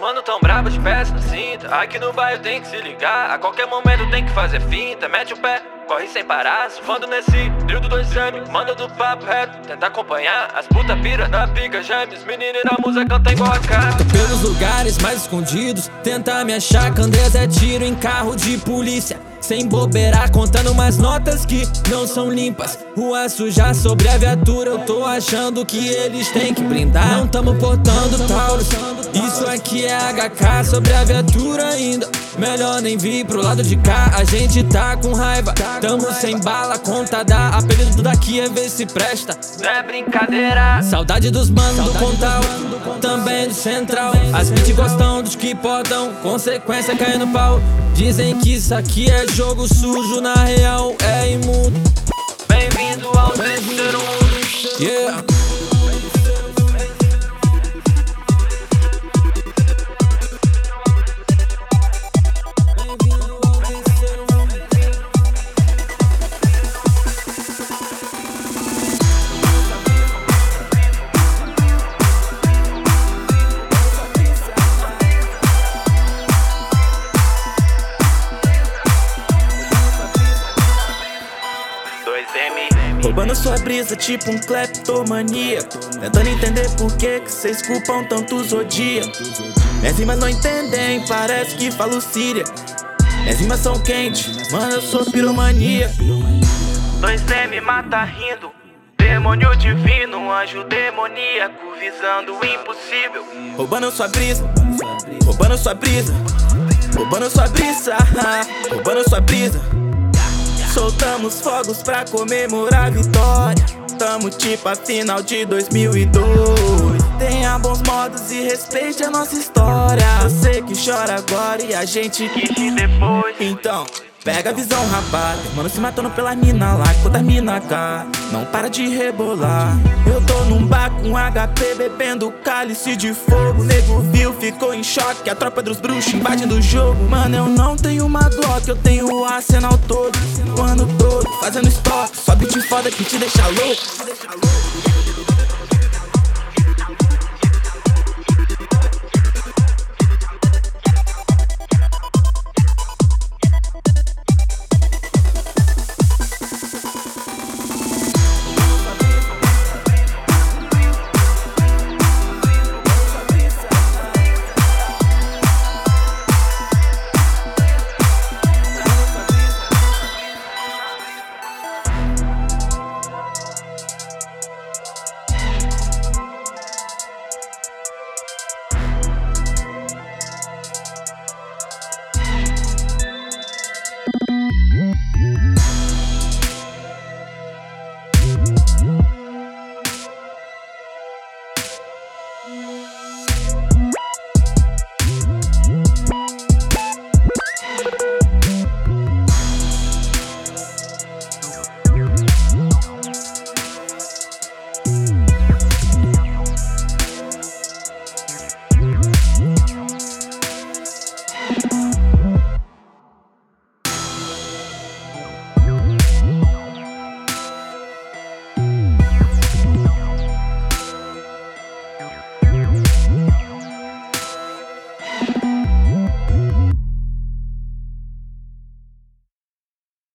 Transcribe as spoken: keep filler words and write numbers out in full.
mano tão brabo de peça no cinta. Aqui no bairro tem que se ligar, a qualquer momento tem que fazer finta. Mete o pé, corre sem parar, surfando nesse trio do dois M. Manda do papo reto, tenta acompanhar as puta pira da pica gêmeos. Menina e na música canta igual a cara. Pelos lugares mais escondidos, tenta me achar. Candeza é tiro em carro de polícia, sem bobeirar, contando mais notas que não são limpas. Rua suja sobre a viatura, eu tô achando que eles têm que brindar. Não tamo portando Taurus, isso aqui é H K sobre a viatura ainda. Melhor nem vir pro lado de cá, a gente tá com raiva. Tamo sem bala, conta dá. Apelido daqui é ver se presta. Não é brincadeira. Saudade dos manos do Pontal, também do Central. As beats gostam dos que podam, consequência cai no pau. Dizem que isso aqui é jogo sujo, na real é imundo. Bem-vindo ao terceiro mundo. Yeah. Roubando sua brisa tipo um cleptomaníaco, tentando entender por que que cês culpam tanto os odia. Minhas rimas não entendem, parece que falo síria. Minhas rimas são quentes, mano eu sou piromania. dois M mata rindo, demônio divino, anjo demoníaco, visando o impossível. Roubando sua brisa, roubando sua brisa, roubando sua brisa, roubando sua brisa. Soltamos fogos pra comemorar a vitória. Tamo tipo a final de dois mil e dois. Tenha bons modos e respeite a nossa história. Você que chora agora e a gente que ri depois. Então, pega a visão, rapaz. Mano se matando pela mina lá, quanta mina cá. Não para de rebolar. Eu tô num bar com H P bebendo cálice de fogo. Nego viu, ficou em choque. A tropa dos bruxos invadindo o jogo. Mano, eu não tenho uma Glock, eu tenho o arsenal todo. O ano todo, fazendo estoque. Só beat foda que te deixa louco.